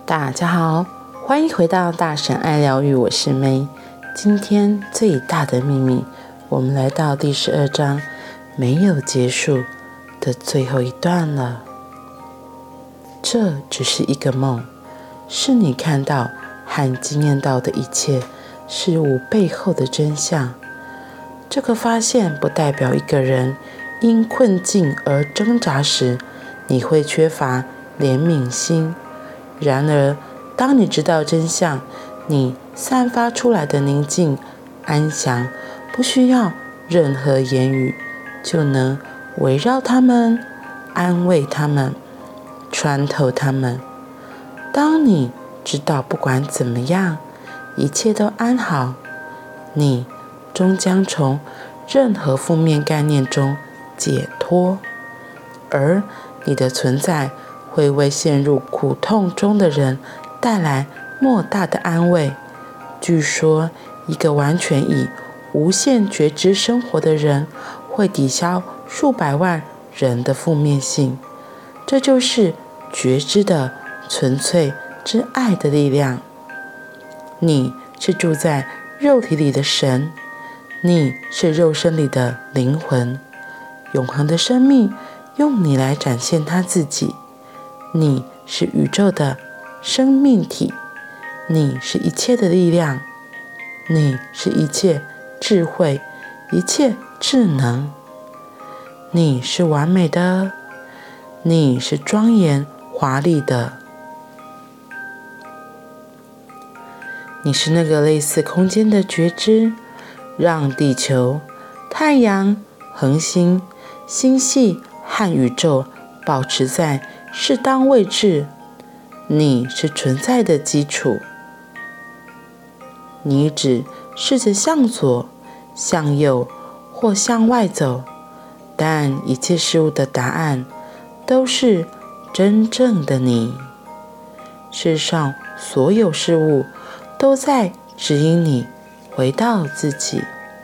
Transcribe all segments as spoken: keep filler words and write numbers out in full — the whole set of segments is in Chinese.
大家好，欢迎回到大神爱疗愈，我是 May。今天最大的秘密，我们来到第十二章没有结束的最后一段了。这只是一个梦，是你看到和经验到的一切事物背后的真相。这个发现不代表一个人因困境而挣扎时，你会缺乏怜悯心。然而，当你知道真相，你散发出来的宁静、安详，不需要任何言语，就能围绕他们，安慰他们，穿透他们。当你知道不管怎么样，一切都安好，你终将从任何负面概念中解脱，而你的存在会为陷入苦痛中的人带来莫大的安慰。据说，一个完全以无限觉知生活的人，会抵消数百万人的负面性。这就是觉知的纯粹之爱的力量。你是住在肉体里的神，你是肉身里的灵魂，永恒的生命用你来展现他自己。你是宇宙的生命体，你是一切的力量，你是一切智慧，一切智能。你是完美的，你是庄严华丽的。你是那个类似空间的觉知，让地球、太阳、恒星、星系和宇宙保持在适当位置。你是存在的基础。你只试着向左、向右或向外走，但一切事物的答案都是真正的你。世上所有事物都在指引你回到自己。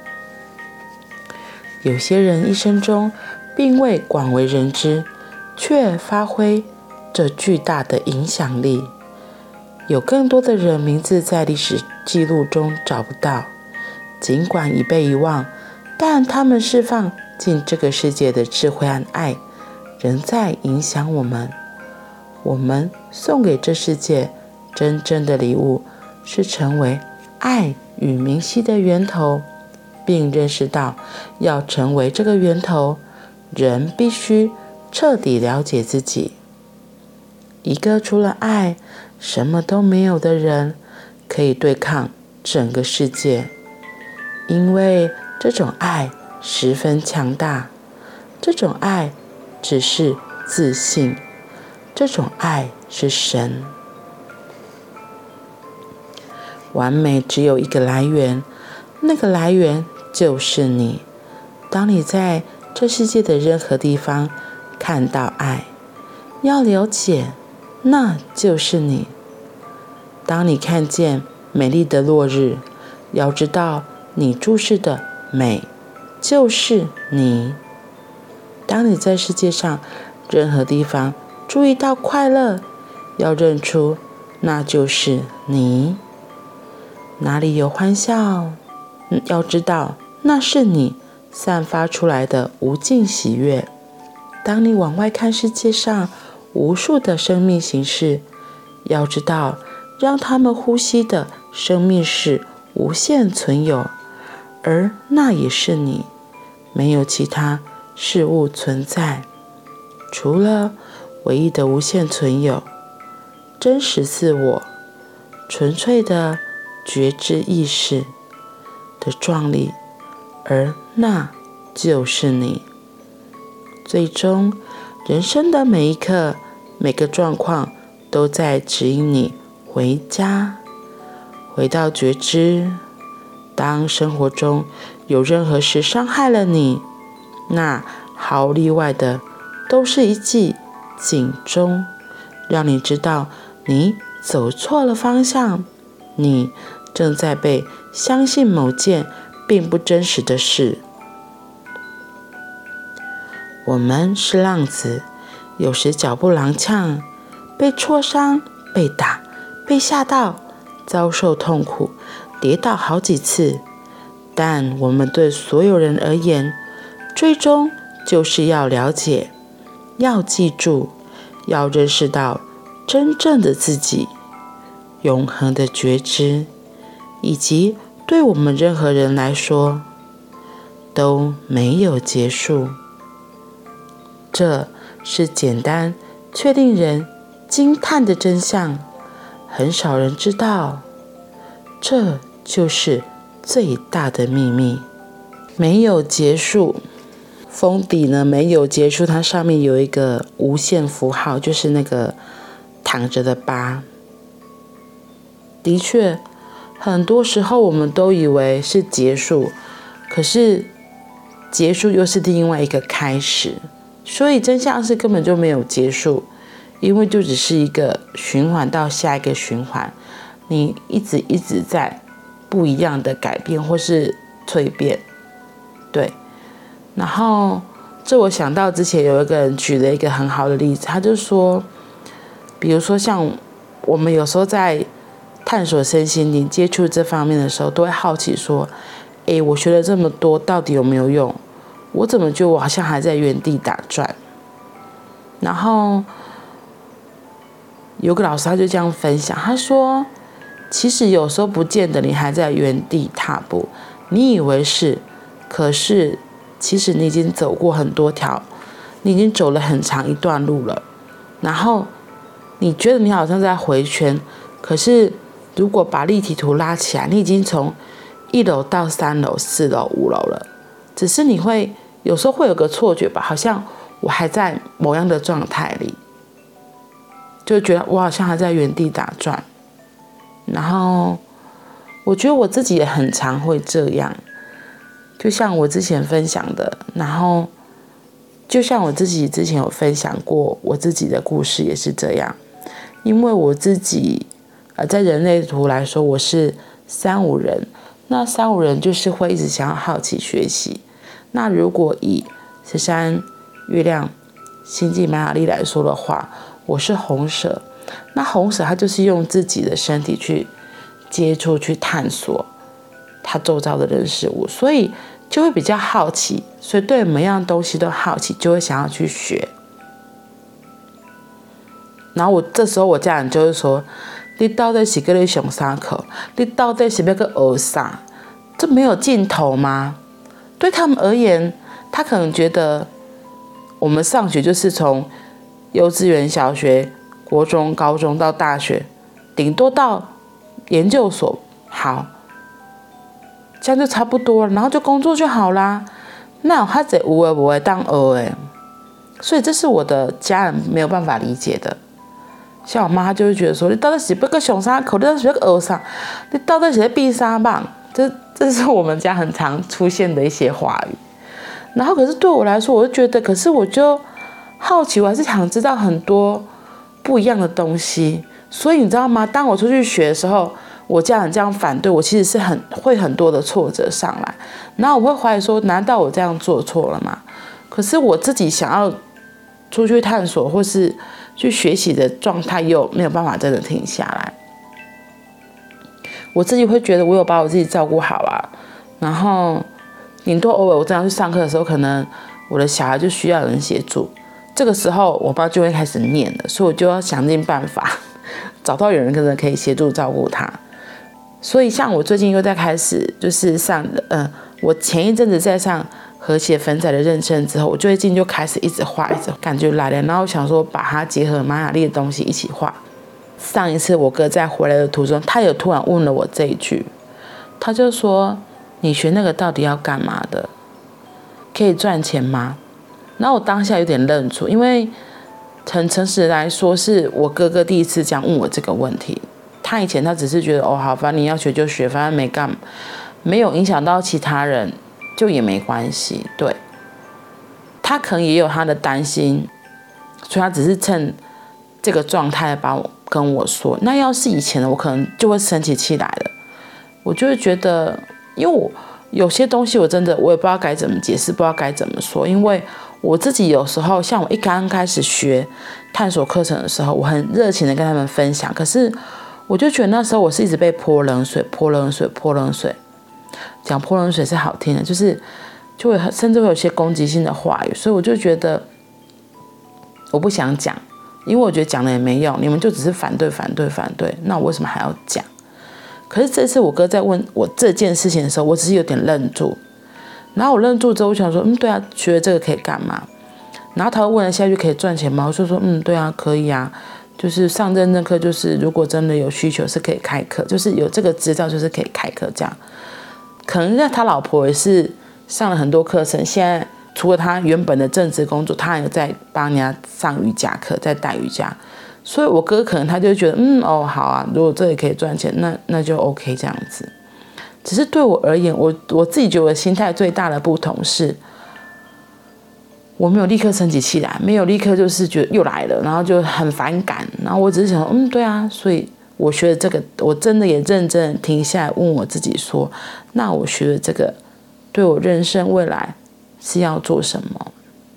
有些人一生中并未广为人知，却发挥着巨大的影响力。有更多的人名字在历史记录中找不到，尽管已被遗忘，但他们释放进这个世界的智慧和爱，仍在影响我们。我们送给这世界真正的礼物，是成为爱与明晰的源头，并认识到要成为这个源头，人必须彻底了解自己。一个除了爱什么都没有的人，可以对抗整个世界，因为这种爱十分强大。这种爱只是自信，这种爱是神。完美只有一个来源，那个来源就是你。当你在这世界的任何地方看到爱，要了解，那就是你。当你看见美丽的落日，要知道你注视的美就是你。当你在世界上任何地方注意到快乐，要认出那就是你。哪里有欢笑，要知道那是你散发出来的无尽喜悦。当你往外看世界上无数的生命形式，要知道让他们呼吸的生命是无限存有，而那也是你。没有其他事物存在，除了唯一的无限存有，真实自我，纯粹的觉知意识的壮丽，而那就是你。最终，人生的每一刻，每个状况都在指引你回家，回到觉知。当生活中有任何事伤害了你，那毫无例外的都是一记警钟，让你知道你走错了方向，你正在被相信某件并不真实的事。我们是浪子，有时脚步踉跄，被挫伤、被打， 被吓到，遭受痛苦，跌倒好几次。但我们对所有人而言，最终就是要了解，要记住，要认识到真正的自己，永恒的觉知，以及对我们任何人来说都没有结束。这是简单却令人惊叹的真相，很少人知道。这就是最大的秘密。没有结束，封底呢没有结束，它上面有一个无限符号，就是那个躺着的疤。的确，很多时候我们都以为是结束，可是结束又是另外一个开始。所以真相是根本就没有结束，因为就只是一个循环到下一个循环，你一直一直在不一样的改变或是蜕变。对，然后这我想到之前有一个人举了一个很好的例子，他就说，比如说像我们有时候在探索身心灵、接触这方面的时候，都会好奇说，诶，我学了这么多，到底有没有用？我怎么觉得我好像还在原地打转？然后有个老师他就这样分享，他说，其实有时候不见得你还在原地踏步，你以为是，可是其实你已经走过很多条，你已经走了很长一段路了。然后你觉得你好像在回圈，可是如果把立体图拉起来，你已经从一楼到三楼、四楼、五楼了。只是你会有时候会有个错觉吧，好像我还在某样的状态里，就觉得我好像还在原地打转。然后我觉得我自己也很常会这样，就像我之前分享的，然后就像我自己之前有分享过我自己的故事也是这样。因为我自己呃在人类图来说我是三五人，那三五人就是会一直想要好奇学习。那如果以十三月亮星际玛雅历来说的话，我是红蛇。那红蛇它就是用自己的身体去接触、去探索它周遭的人事物，所以就会比较好奇，所以对每样东西都好奇，就会想要去学。然后我这时候我家人就会说，你到底是跟你上啥课？你到底是要去学啥？这没有尽头吗？对他们而言，他可能觉得我们上学就是从幼稚园、小学、国中、高中到大学，顶多到研究所，好，这样就差不多了，然后就工作就好啦。那有他这有的没的当学的，所以这是我的家人没有办法理解的。像我妈，她就会觉得说，你到底是要去上啥课？你到底是要去学啥？你到底是在比啥棒？这这是我们家很常出现的一些话语。然后可是对我来说，我就觉得，可是我就好奇，我还是想知道很多不一样的东西。所以你知道吗？当我出去学的时候，我家人这样反对我，其实是很会很多的挫折上来。然后我会怀疑说，难道我这样做错了吗？可是我自己想要出去探索或是去学习的状态，又没有办法真的停下来。我自己会觉得我有把我自己照顾好啊，然后顶多偶尔我这样去上课的时候，可能我的小孩就需要人协助，这个时候我爸就会开始念了，所以我就要想尽办法找到有人可能可以协助照顾他。所以像我最近又在开始就是上呃，我前一阵子在上和谐粉彩的认证之后，我最近就开始一直画，一直感觉来了，然后我想说把它结合玛雅历的东西一起画。上一次我哥在回来的途中，他有突然问了我这一句，他就说，你学那个到底要干嘛的？可以赚钱吗？然后我当下有点愣住，因为很诚实来说，是我哥哥第一次这样问我这个问题。他以前他只是觉得哦好，反正你要学就学，反正没干，没有影响到其他人，就也没关系。对，他可能也有他的担心，所以他只是趁这个状态把我跟我说。那要是以前的我，可能就会生起气来了。我就会觉得，因为我有些东西我真的我也不知道该怎么解释，不知道该怎么说。因为我自己有时候，像我一刚开始学探索课程的时候，我很热情的跟他们分享，可是我就觉得那时候我是一直被泼冷水，泼冷水，泼冷水。讲泼冷水是好听的，就是就会甚至会有些攻击性的话语，所以我就觉得我不想讲，因为我觉得讲了也没用，你们就只是反对反对反对，那我为什么还要讲？可是这次我哥在问我这件事情的时候，我只是有点愣住，然后我愣住之后，我想说，嗯，对啊，学了这个可以干嘛？然后他又问了下去可以赚钱吗？我就说，嗯，对啊，可以啊，就是上认证课，就是如果真的有需求是可以开课，就是有这个执照就是可以开课这样。可能他老婆也是上了很多课程，现在除了他原本的正职工作，他还有在帮人家上瑜伽课，在带瑜伽。所以我哥可能他就觉得，嗯，哦，好啊，如果这里可以赚钱，那那就 OK 这样子。只是对我而言，我我自己觉得我的心态最大的不同是，我没有立刻生起气来，没有立刻就是觉得又来了，然后就很反感。然后我只是想说，嗯，对啊，所以我学的这个，我真的也认真停下来问我自己说，那我学的这个，对我人生未来是要做什么？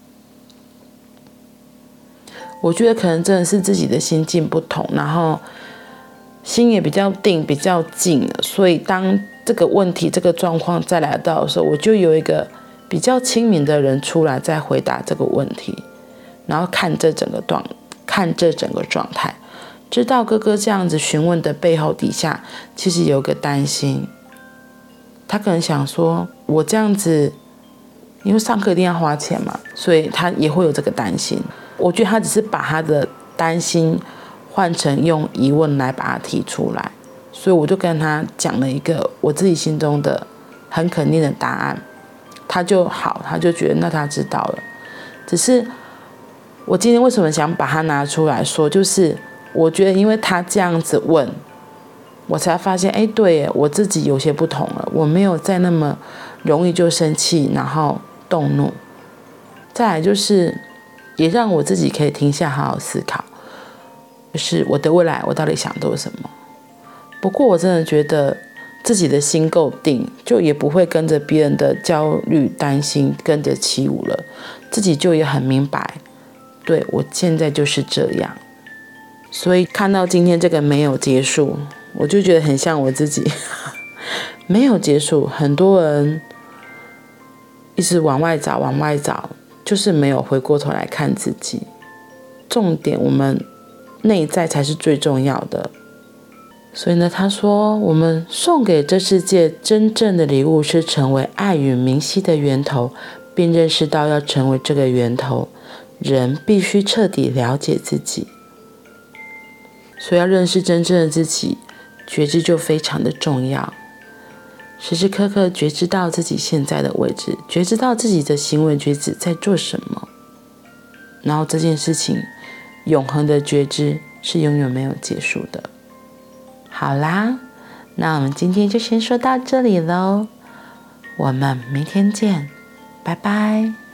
我觉得可能真的是自己的心境不同，然后心也比较定，比较静了，所以当这个问题、这个状况再来到的时候，我就有一个比较亲民的人出来再回答这个问题，然后看这整个状，看这整个状态，知道哥哥这样子询问的背后底下，其实有个担心，他可能想说，我这样子，因为上课一定要花钱嘛，所以他也会有这个担心。我觉得他只是把他的担心换成用疑问来把它提出来，所以我就跟他讲了一个我自己心中的很肯定的答案，他就好，他就觉得那他知道了。只是我今天为什么想把它拿出来说，就是我觉得因为他这样子问，我才发现，哎，对耶，我自己有些不同了，我没有再那么容易就生气，然后动怒。再来就是。也让我自己可以停下好好思考，就是我的未来我到底想做什么。不过我真的觉得自己的心够定，就也不会跟着别人的焦虑担心跟着起舞了，自己就也很明白，对，我现在就是这样。所以看到今天这个没有结束，我就觉得很像我自己没有结束，很多人一直往外找往外找，就是没有回过头来看自己。重点，我们内在才是最重要的。所以呢，他说，我们送给这世界真正的礼物是成为爱与明晰的源头，并认识到要成为这个源头，人必须彻底了解自己。所以要认识真正的自己，觉知就非常的重要。时时刻刻觉知到自己现在的位置，觉知到自己的行为举止在做什么，然后这件事情永恒的觉知是永远没有结束的。好啦，那我们今天就先说到这里咯，我们明天见，拜拜。